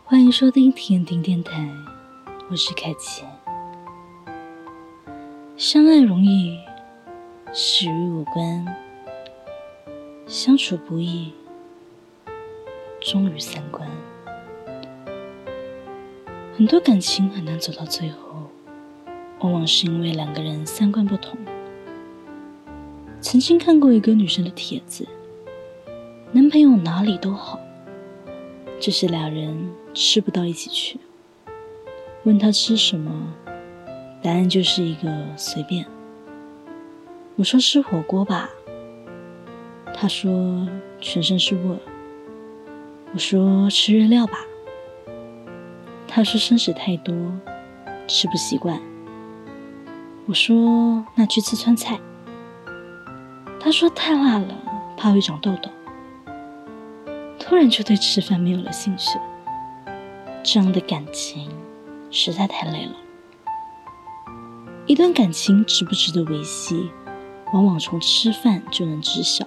欢迎收听甜点电台，我是凯琪。相爱容易，始于五官；相处不易，忠于三观。很多感情很难走到最后，往往是因为两个人三观不同。曾经看过一个女生的帖子，男朋友哪里都好，只是俩人吃不到一起去。问他吃什么，答案就是一个随便。我说吃火锅吧，他说全身是味。我说吃日料吧，他说生食太多，吃不习惯。我说那去吃川菜，他说太辣了，怕会长痘痘。突然就对吃饭没有了兴趣，这样的感情实在太累了。一段感情值不值得维系，往往从吃饭就能知晓。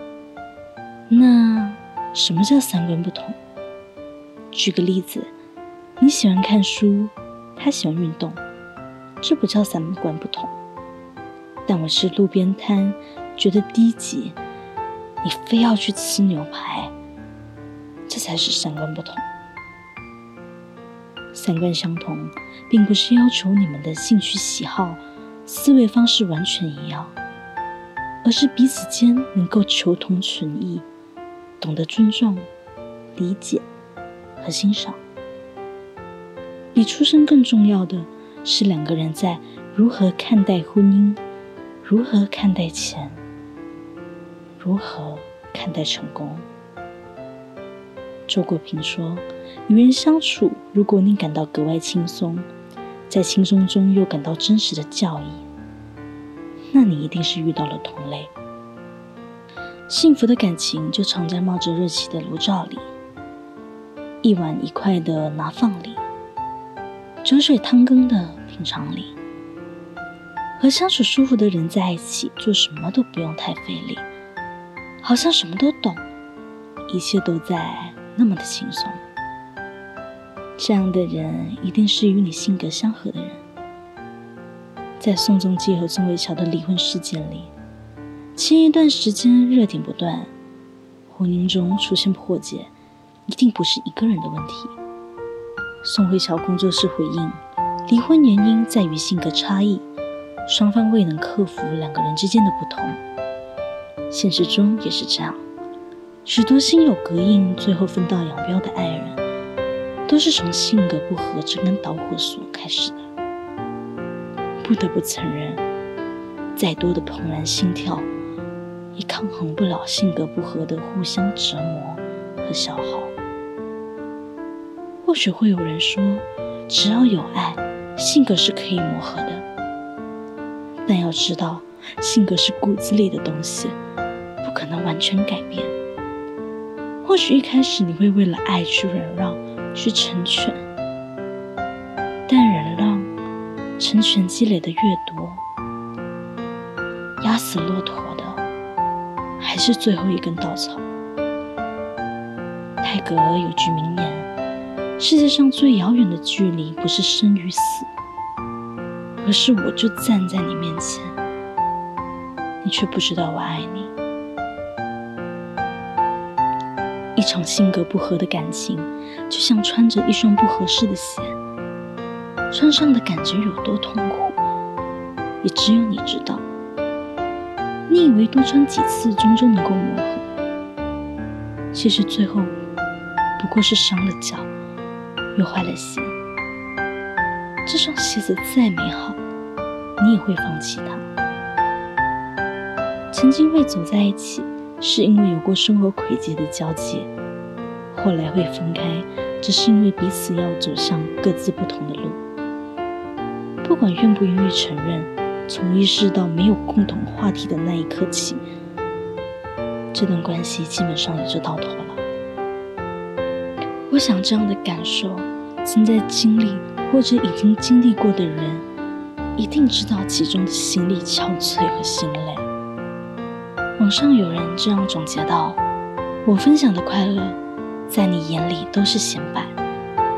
那什么叫三观不同？举个例子，你喜欢看书，他喜欢运动，这不叫三观不同。但我吃路边摊觉得低级，你非要去吃牛排，这才是三观不同。三观相同，并不是要求你们的兴趣喜好、思维方式完全一样，而是彼此间能够求同存异，懂得尊重、理解和欣赏。比出身更重要的是两个人在如何看待婚姻，如何看待钱，如何看待成功。周国平说，与人相处，如果你感到格外轻松，在轻松中又感到真实的教益，那你一定是遇到了同类。幸福的感情就藏在冒着热气的炉灶里，一碗一块的拿放里，酒水汤羹的品尝里。和相处舒服的人在一起，做什么都不用太费力，好像什么都懂，一切都在那么的轻松。这样的人一定是与你性格相合的人。在宋仲基和宋慧乔的离婚事件里，前一段时间热点不断，婚姻中出现破解，一定不是一个人的问题。宋慧乔工作室回应，离婚原因在于性格差异，双方未能克服两个人之间的不同。现实中也是这样，许多心有隔应，最后分道扬镳的爱人，都是从性格不合这根导火索开始的。不得不承认，再多的怦然心跳，也抗衡不了性格不合的互相折磨和消耗。或许会有人说，只要有爱，性格是可以磨合的。但要知道，性格是骨子里的东西，不可能完全改变。或许一开始你会为了爱去忍让，去成全，但忍让、成全积累的越多，压死骆驼的还是最后一根稻草。泰戈尔有句名言，世界上最遥远的距离不是生与死，而是我就站在你面前，你却不知道我爱你。一场性格不合的感情，就像穿着一双不合适的鞋，穿上的感觉有多痛苦，也只有你知道。你以为多穿几次终究能够磨合，其实最后不过是伤了脚，又坏了鞋。这双鞋子再美好，你也会放弃它。曾经会走在一起，是因为有过生活轨迹的交集，后来会分开，只是因为彼此要走向各自不同的路。不管愿不愿意承认，从意识到没有共同话题的那一刻起，这段关系基本上也就到头了。我想这样的感受，正在经历或者已经经历过的人，一定知道其中的心力憔悴和心累。网上有人这样总结道，我分享的快乐，在你眼里都是显摆，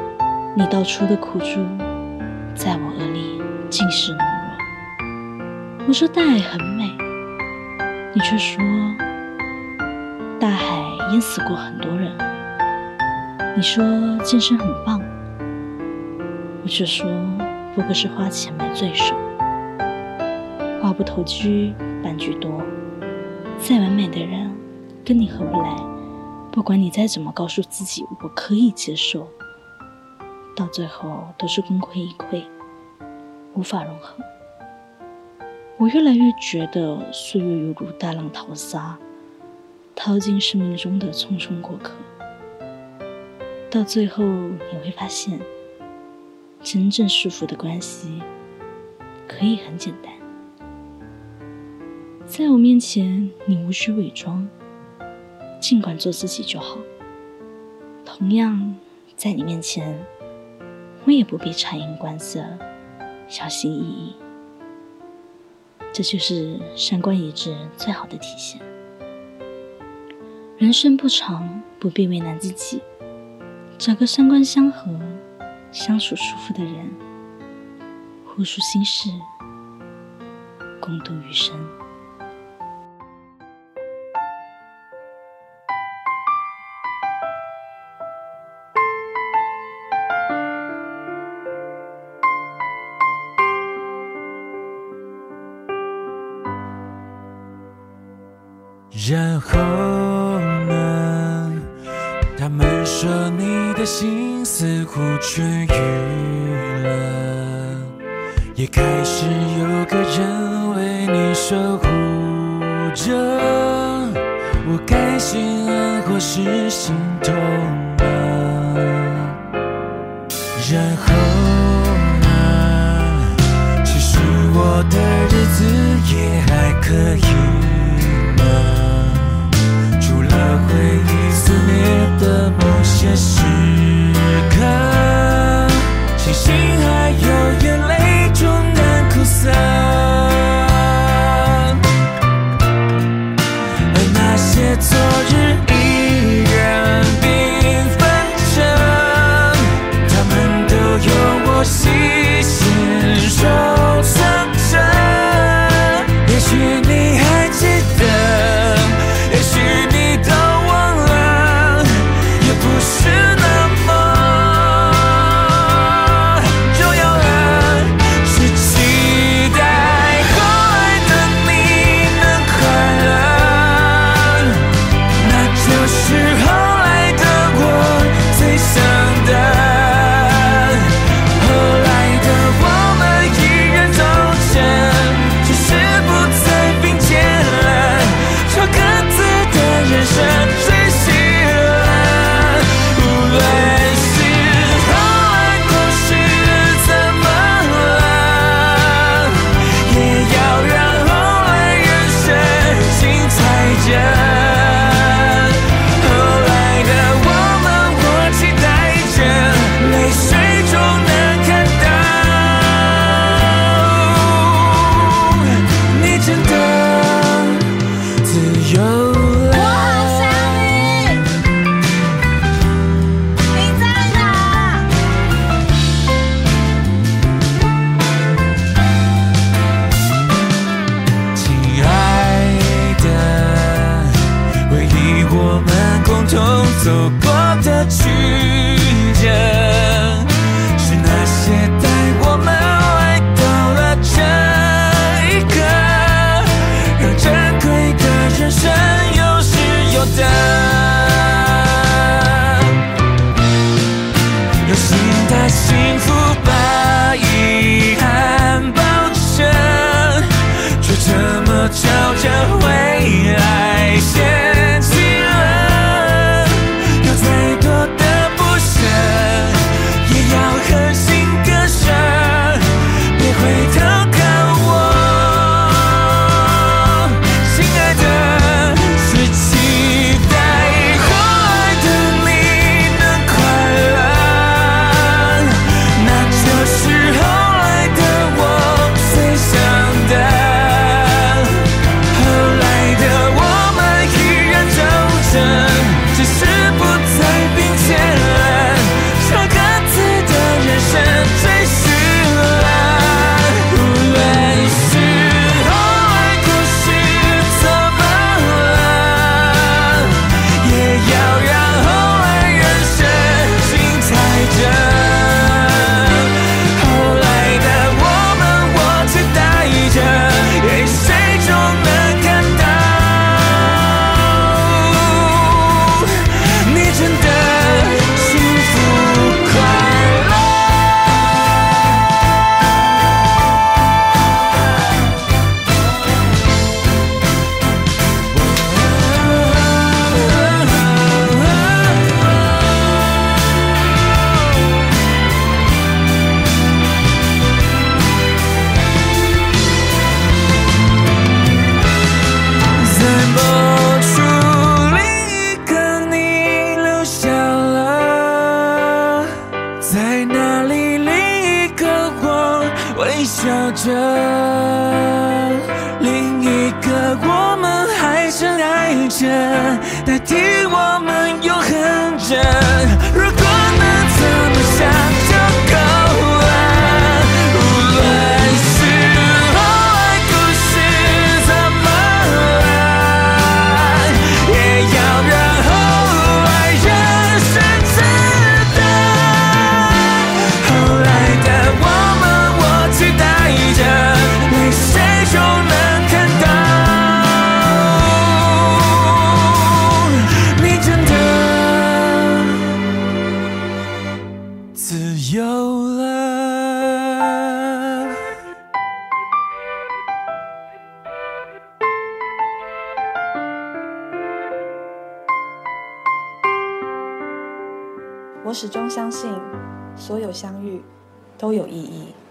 你道出的苦楚，在我耳里尽是懦弱。我说大海很美，你却说大海淹死过很多人。你说健身很棒，我却说不过是花钱买罪受。话不投机半句多，再完美的人跟你合不来，不管你再怎么告诉自己我可以接受，到最后都是功亏一篑，无法融合。我越来越觉得岁月犹如大浪淘沙，淘尽生命中的匆匆过客。到最后你会发现，真正舒服的关系可以很简单。在我面前你无需伪装，尽管做自己就好。同样在你面前我也不必察言观色，小心翼翼。这就是三观一致最好的体现。人生不长，不必为难自己，找个三观相合、相处舒服的人，互诉心事，共度余生。 然后呢？他们说你的心似乎痊愈了，也开始有个人为你守护着。我该心安或是心痛呢？然后呢？其实我的日子也还可以吗？回忆肆虐的某些时刻，星星还有眼泪终难哭散，而那些昨日依然缤纷着，他们都有我细心收藏着。也许你还笑着，另一个我们还深爱着，代替我们永恒着。如果能这么想就够了，无论是后来故事怎么了，也要让后来人生知道，后来的我们，我期待着，泪水就能看到，你真的自由了。 我始终相信，所有相遇都有意义。